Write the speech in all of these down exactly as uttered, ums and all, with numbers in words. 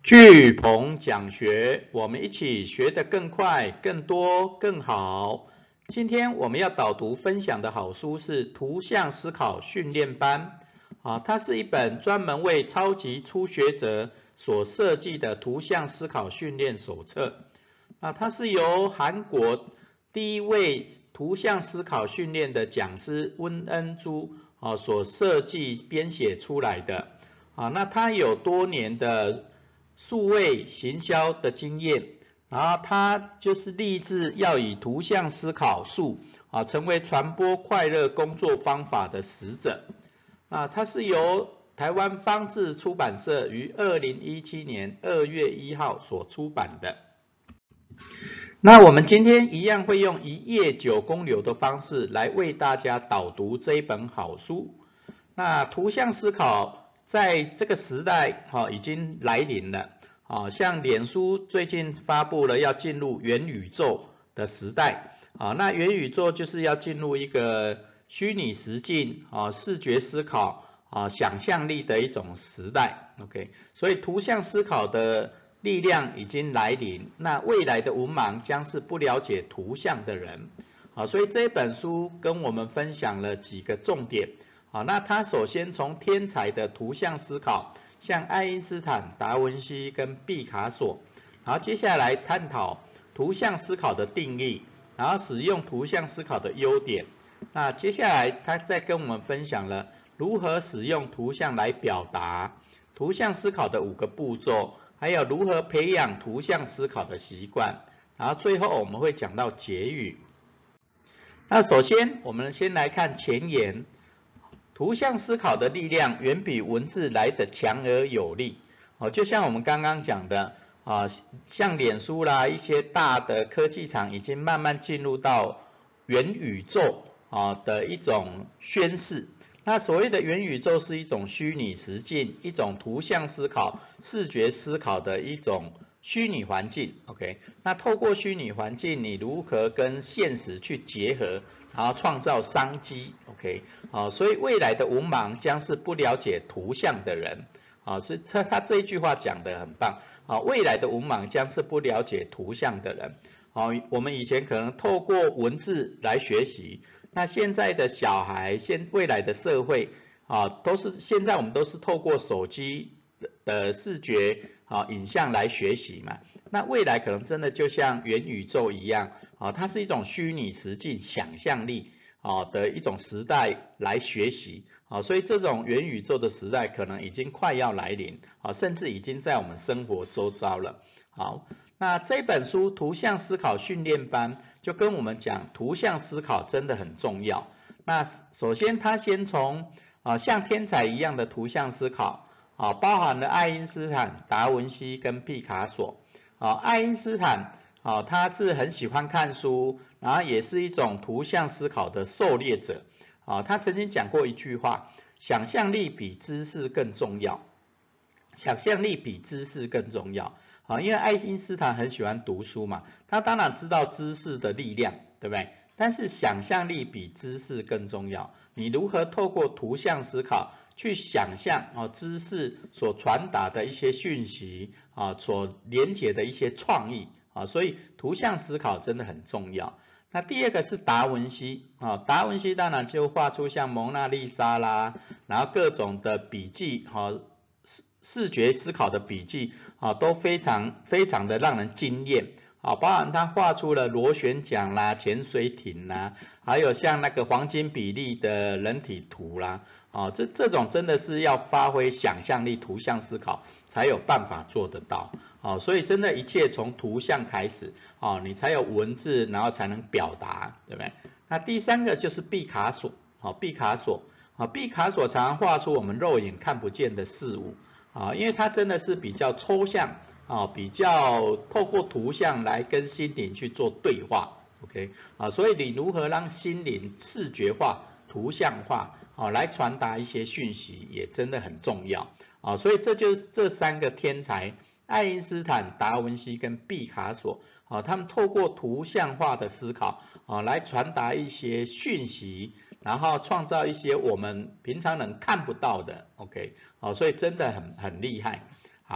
巨鹏讲学，我们一起学得更快、更多、更好。今天我们要导读分享的好书是《图像思考训练班》啊，它是一本专门为超级初学者所设计的图像思考训练手册啊，它是由韩国第一位图像思考训练的讲师温恩珠啊所设计编写出来的啊，那它有多年的数位行销的经验，然后他就是立志要以图像思考术啊，成为传播快乐工作方法的使者。啊，它是由台湾方志出版社于二零一七年二月一号所出版的。那我们今天一样会用一页九公流的方式来为大家导读这一本好书。那图像思考在这个时代哈、哦、已经来临了，啊、哦，像脸书最近发布了要进入元宇宙的时代，啊、哦，那元宇宙就是要进入一个虚拟实境啊、哦、视觉思考啊、哦、想象力的一种时代 ，OK， 所以图像思考的力量已经来临，那未来的文盲将是不了解图像的人，好，所以这本书跟我们分享了几个重点。好，那他首先从天才的图像思考，像爱因斯坦、达文西跟毕卡索，然后接下来探讨图像思考的定义，然后使用图像思考的优点。那接下来他再跟我们分享了如何使用图像来表达，图像思考的五个步骤，还有如何培养图像思考的习惯。然后最后我们会讲到结语。那首先我们先来看前言。图像思考的力量远比文字来得强而有力，哦，就像我们刚刚讲的啊，像脸书啦，一些大的科技厂已经慢慢进入到元宇宙啊的一种宣示。那所谓的元宇宙是一种虚拟实境，一种图像思考、视觉思考的一种虚拟环境 ，OK？ 那透过虚拟环境，你如何跟现实去结合，然后创造商机 ，OK？ 好，所以未来的文盲将是不了解图像的人，啊，所以他他这一句话讲得很棒，啊，未来的文盲将是不了解图像的人，好，我们以前可能透过文字来学习，那现在的小孩，现未来的社会，啊，都是现在我们都是透过手机的视觉啊影像来学习嘛，那未来可能真的就像元宇宙一样啊，它是一种虚拟实境想象力啊的一种时代来学习啊，所以这种元宇宙的时代可能已经快要来临啊，甚至已经在我们生活周遭了。好，那这本书图像思考训练班就跟我们讲，图像思考真的很重要。那首先他先从啊像天才一样的图像思考。啊，包含了爱因斯坦、达文西跟毕卡索。啊，爱因斯坦啊，他是很喜欢看书，然后也是一种图像思考的狩猎者。啊，他曾经讲过一句话：想象力比知识更重要。想象力比知识更重要。啊，因为爱因斯坦很喜欢读书嘛，他当然知道知识的力量，对不对？但是想象力比知识更重要。你如何透过图像思考？去想象啊，知识所传达的一些讯息啊，所连结的一些创意啊，所以图像思考真的很重要。那第二个是达文西啊，达文西当然就画出像蒙娜丽莎啦，然后各种的笔记哈，视视觉思考的笔记啊，都非常非常的让人惊艳。啊，包含他画出了螺旋桨啦、潜水艇啦，还有像那个黄金比例的人体图啦，啊，这这种真的是要发挥想象力、图像思考才有办法做得到。啊，所以真的一切从图像开始，啊，你才有文字，然后才能表达，对不对？那第三个就是毕卡索，啊，毕卡索，啊，毕卡索常常画出我们肉眼看不见的事物，啊，因为它真的是比较抽象。啊，比较透过图像来跟心灵去做对话 ，OK， 啊，所以你如何让心灵视觉化、图像化，啊，来传达一些讯息，也真的很重要，啊，所以这就是这三个天才，爱因斯坦、达文西跟毕卡索，啊，他们透过图像化的思考，啊，来传达一些讯息，然后创造一些我们平常人看不到的 ，OK， 啊，所以真的很很厉害，好。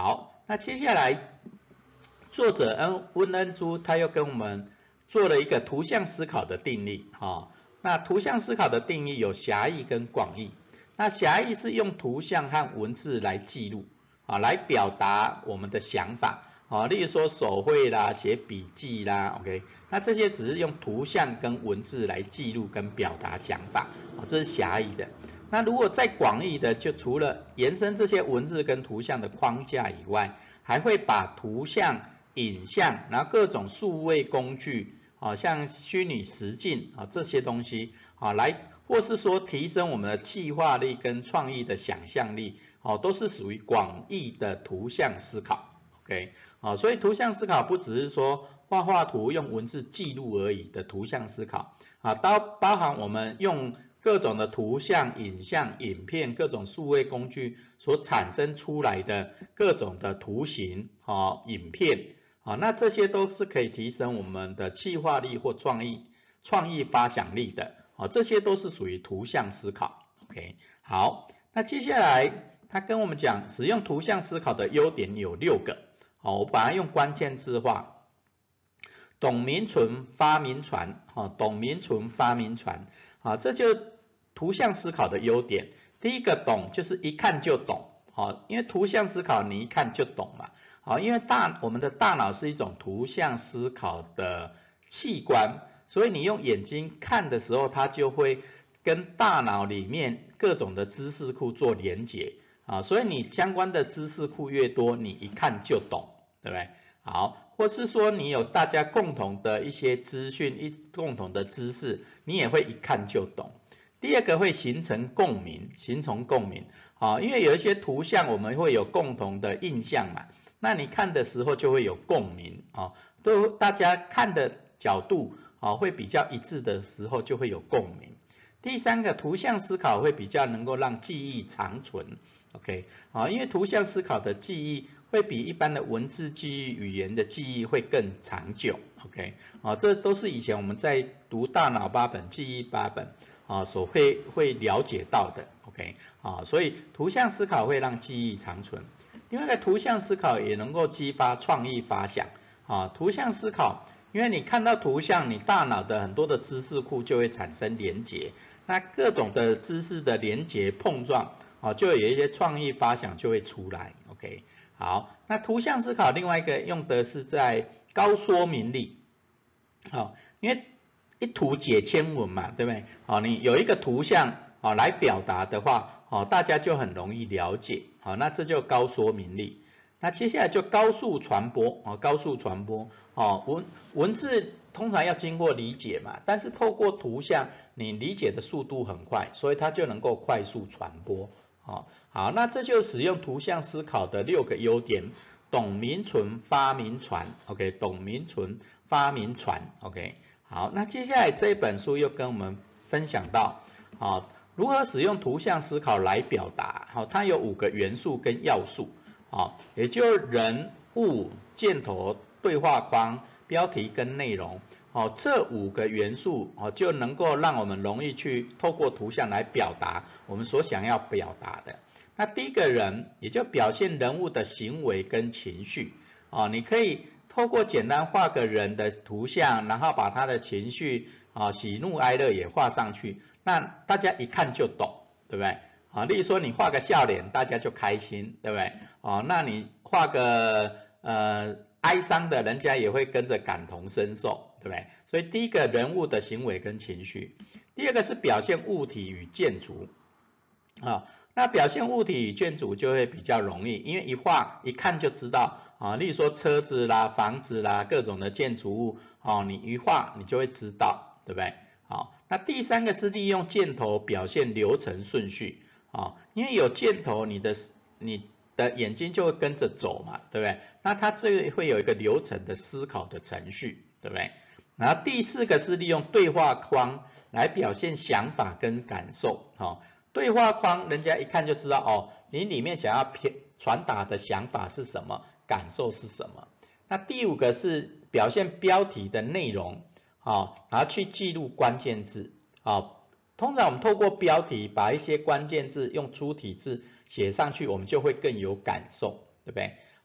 那接下来作者恩温恩珠他又跟我们做了一个图像思考的定义，哦，那图像思考的定义有狭义跟广义。那狭义是用图像和文字来记录，啊，来表达我们的想法，啊，例如说手绘啦、写笔记啦 ，OK， 那这些只是用图像跟文字来记录跟表达想法，啊，这是狭义的。那如果再广义的，就除了延伸这些文字跟图像的框架以外，还会把图像、影像，然后各种数位工具，啊，像虚拟实境啊这些东西，啊，来或是说提升我们的企划力跟创意的想象力，哦，都是属于广义的图像思考 ，OK， 啊，所以图像思考不只是说画画图用文字记录而已的图像思考，啊，包包含我们用各种的图像、影像、影片、各种数位工具所产生出来的各种的图形、啊影片，啊，那这些都是可以提升我们的企划力或创意、创意发想力的，啊，这些都是属于图像思考。OK， 好，那接下来他跟我们讲，使用图像思考的优点有六个，好，我把它用关键字化。董明纯发明传，啊，董明纯发明传，啊，这就图像思考的优点。第一个懂就是一看就懂，啊，因为图像思考你一看就懂嘛，啊，因为大我们的大脑是一种图像思考的器官，所以你用眼睛看的时候，它就会跟大脑里面各种的知识库做连结，啊，所以你相关的知识库越多，你一看就懂，对不对？好，或是说你有大家共同的一些资讯、一共同的知识，你也会一看就懂。第二个会形成共鸣，形成共鸣，啊，因为有一些图像我们会有共同的印象嘛，那你看的时候就会有共鸣，啊，都大家看的角度，啊，会比较一致的时候就会有共鸣。第三个，图像思考会比较能够让记忆长存 ，OK， 啊，因为图像思考的记忆会比一般的文字记忆、语言的记忆会更长久 ，OK， 啊，这都是以前我们在读大脑八本、记忆八本啊所会会了解到的 ，OK， 啊，所以图像思考会让记忆长存。另外一个图像思考也能够激发创意发想，啊，图像思考，因为你看到图像，你大脑的很多的知识库就会产生连结，那各种的知识的连结碰撞，啊，就有一些创意发想就会出来 ，OK。好，那图像思考另外一个用的是在高说明力，好，因为一图解千文嘛，对不对？好，你有一个图像啊来表达的话，好，大家就很容易了解，好，那这就高说明力。那接下来就高速传播，啊，高速传播，哦，文文字通常要经过理解嘛，但是透过图像，你理解的速度很快，所以它就能够快速传播。哦，好，那这就使用图像思考的六个优点，董明纯发明传 ，OK， 董明纯发明传 ，OK， 好，那接下来这本书又跟我们分享到，啊，如何使用图像思考来表达，好，它有五个元素跟要素，啊，也就人物、箭头、对话框、标题跟内容。哦，这五个元素哦就能够让我们容易去透过图像来表达我们所想要表达的。那第一个人也就表现人物的行为跟情绪，哦，你可以透过简单画个人的图像，然后把他的情绪啊喜怒哀乐也画上去，那大家一看就懂，对不对？啊，例如说你画个笑脸，大家就开心，对不对？哦，那你画个呃哀伤的，人家也会跟着感同身受，对不对？所以第一个人物的行为跟情绪，第二个是表现物体与建筑，啊，那表现物体与建筑就会比较容易，因为一画一看就知道啊，例如说车子啦、房子啦、各种的建筑物，哦，你一画你就会知道，对不对？好，那第三个是利用箭头表现流程顺序，啊，因为有箭头，你的你的眼睛就会跟着走嘛，对不对？那它这个会有一个流程的思考的程序，对不对？然后第四个是利用对话框来表现想法跟感受，哦，对话框人家一看就知道，哦，你里面想要传达的想法是什么，感受是什么。那第五个是表现标题的内容，哦，然后去记录关键字，哦，通常我们透过标题把一些关键字用粗体字写上去，我们就会更有感受，对不对？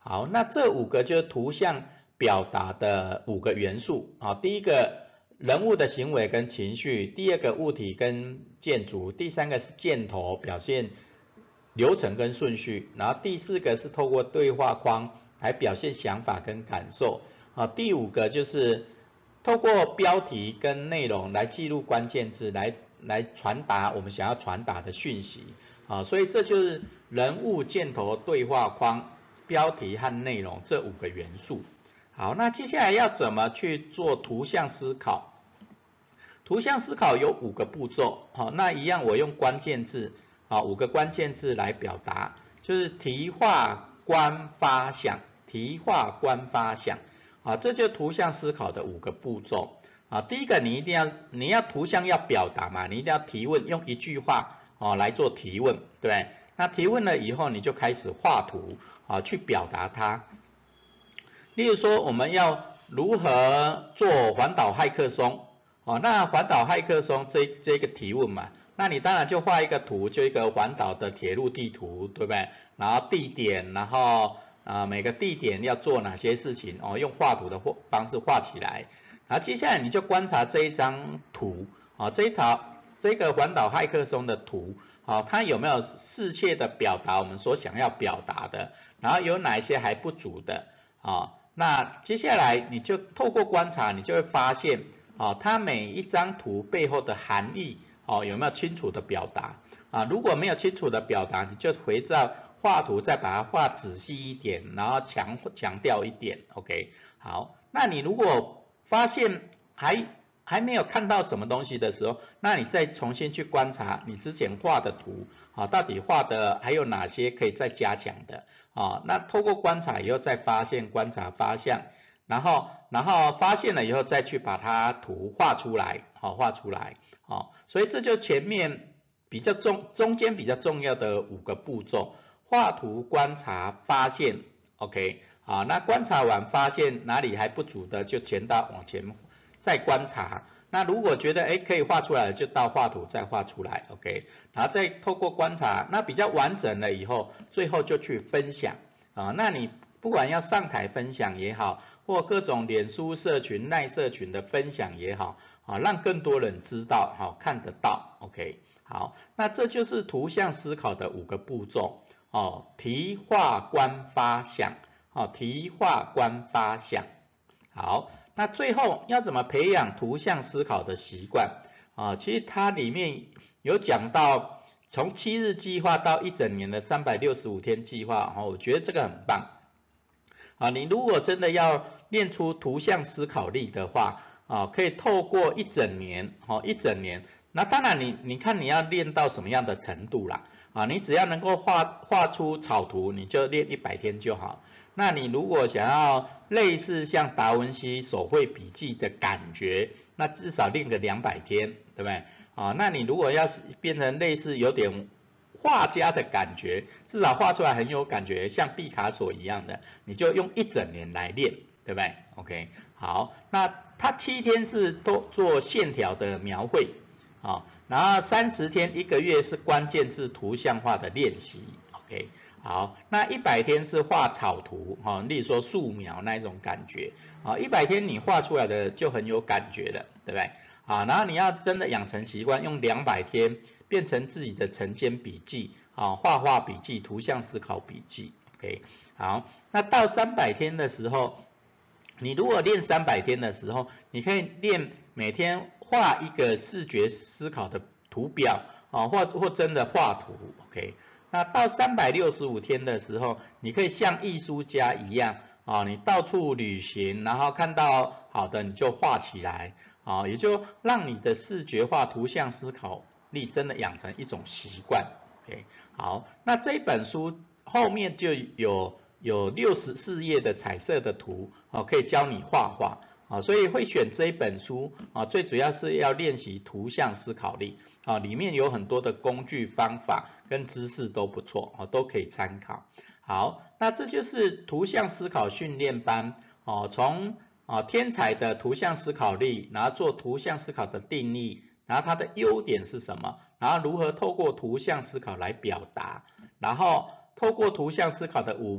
好，那这五个就是图像表达的五个元素啊。第一个人物的行为跟情绪，第二个物体跟建筑，第三个是箭头表现流程跟顺序，然后第四个是透过对话框来表现想法跟感受啊。第五个就是透过标题跟内容来记录关键字，来来传达我们想要传达的讯息啊。所以这就是人物、箭头、对话框、标题和内容这五个元素。好，那接下来要怎么去做图像思考？图像思考有五个步骤，好，那一样我用关键字，啊，五个关键字来表达，就是提、画、观、发、想，提、画、观、发、想，啊，这就是图像思考的五个步骤。啊，第一个你一定要，你要图像要表达嘛，你一定要提问，用一句话哦来做提问，对不对？那提问了以后，你就开始画图啊，去表达它。例如说，我们要如何做环岛骇客松？哦，那环岛骇客松这这个提问嘛，那你当然就画一个图，就一个环岛的铁路地图，对不对？然后地点，然后啊、呃、每个地点要做哪些事情哦，用画图的方式画起来。然后接下来你就观察这一张图，啊、哦、这一条这个环岛骇客松的图，啊、哦、它有没有适切的表达我们所想要表达的？然后有哪一些还不足的？啊、哦，那接下来你就透过观察，你就会发现。哦，它每一张图背后的含义哦有没有清楚的表达啊？如果没有清楚的表达，你就回照画图再把它画仔细一点，然后强强调一点 ，OK？ 好，那你如果发现还还没有看到什么东西的时候，那你再重新去观察你之前画的图啊，到底画的还有哪些可以再加强的啊？那透过观察以后再发现，观察发现。然后，然后发现了以后，再去把它图画出来，好，画出来，好，所以这就前面比较重，中间比较重要的五个步骤：画图、观察、发现 ，OK， 好，那观察完发现哪里还不足的，就前到往前再观察。那如果觉得哎可以画出来，就到画图再画出来 ，OK， 然后再透过观察，那比较完整了以后，最后就去分享啊。那你不管要上台分享也好，或各种脸书社群、赖社群的分享也好，啊，让更多人知道，好看得到 ，OK， 好，那这就是图像思考的五个步骤，哦，提、画、观、发、想，哦，提、画、观、发、想，好，那最后要怎么培养图像思考的习惯？啊，其实它里面有讲到，从七日计划到一整年的三百六十五天计划，哦，我觉得这个很棒。啊，你如果真的要练出图像思考力的话，啊，可以透过一整年，哦，一整年。那当然你，你看你要练到什么样的程度啦？啊，你只要能够画画出草图，你就练一百天就好。那你如果想要类似像达文西手绘笔记的感觉，那至少练个两百天，对不对？啊，那你如果要是变成类似有点画家的感觉，至少画出来很有感觉，像毕卡索一样的，你就用一整年来练，对不对 ？OK， 好，那它七天是都做线条的描绘，啊，然后三十天一个月是关键字图像化的练习 ，OK， 好，那一百天是画草图，哈、哦，例如说素描那一种感觉，啊，一百天你画出来的就很有感觉了，对不对？啊，然后你要真的养成习惯，用两百天变成自己的晨间笔记，啊，画画笔记、图像思考笔记 ，OK， 好，那到三百天的时候，你如果练三百天的时候，你可以练每天画一个视觉思考的图表，啊，或或真的画图 ，OK， 那到三百六十五天的时候，你可以像艺术家一样，啊，你到处旅行，然后看到好的你就画起来。啊，也就让你的视觉化图像思考力真的养成一种习惯 ，OK， 好，那这本书后面就有有六十四页的彩色的图，哦，可以教你画画，啊，所以会选这一本书，啊，最主要是要练习图像思考力，啊，里面有很多的工具方法跟知识都不错，啊，都可以参考。好，那这就是图像思考训练班，哦，从啊，天才的图像思考力，然后做图像思考的定义，然后它的优点是什么，然后如何透过图像思考来表达，然后透过图像思考的五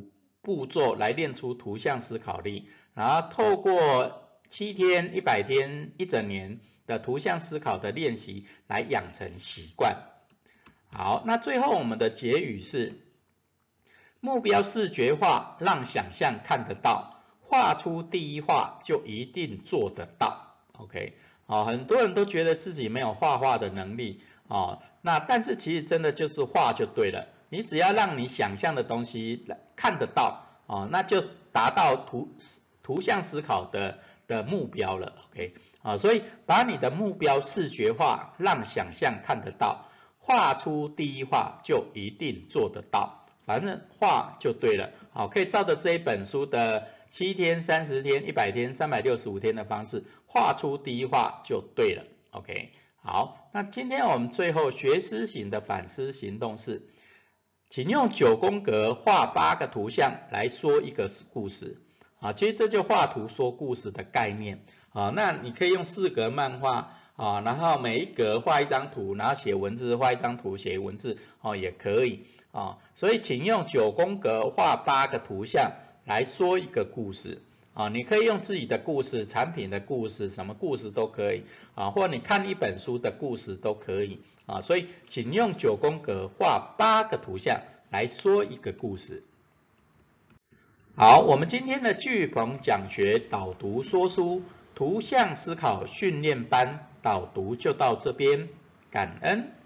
步骤来练出图像思考力，然后透过七天、一百天、一整年的图像思考的练习来养成习惯。好，那最后我们的结语是：目标视觉化，让想象看得到，画出第一画就一定做得到。OK， 哦，很多人都觉得自己没有画画的能力哦，那但是其实真的就是画就对了，你只要让你想象的东西看得到哦，那就达到图图像思考的的目标了。OK， 啊，所以把你的目标视觉化，让想象看得到。画出第一画就一定做得到，反正画就对了。好，可以照着这一本书的七天、三十天、一百天、三百六十五天的方式，画出第一画就对了。OK， 好，那今天我们最后学思型的反思行动是，请用九宫格画八个图像来说一个故事。啊，其实这就画图说故事的概念。啊，那你可以用四格漫画。啊，然后每一格画一张图，然后写文字，画一张图写文字，哦也可以啊。所以请用九宫格画八个图像来说一个故事啊。你可以用自己的故事、产品的故事，什么故事都可以啊，或你看一本书的故事都可以啊。所以请用九宫格画八个图像来说一个故事。好，我们今天的巨鹏讲学导读说书图像思考训练班导读就到这边，感恩。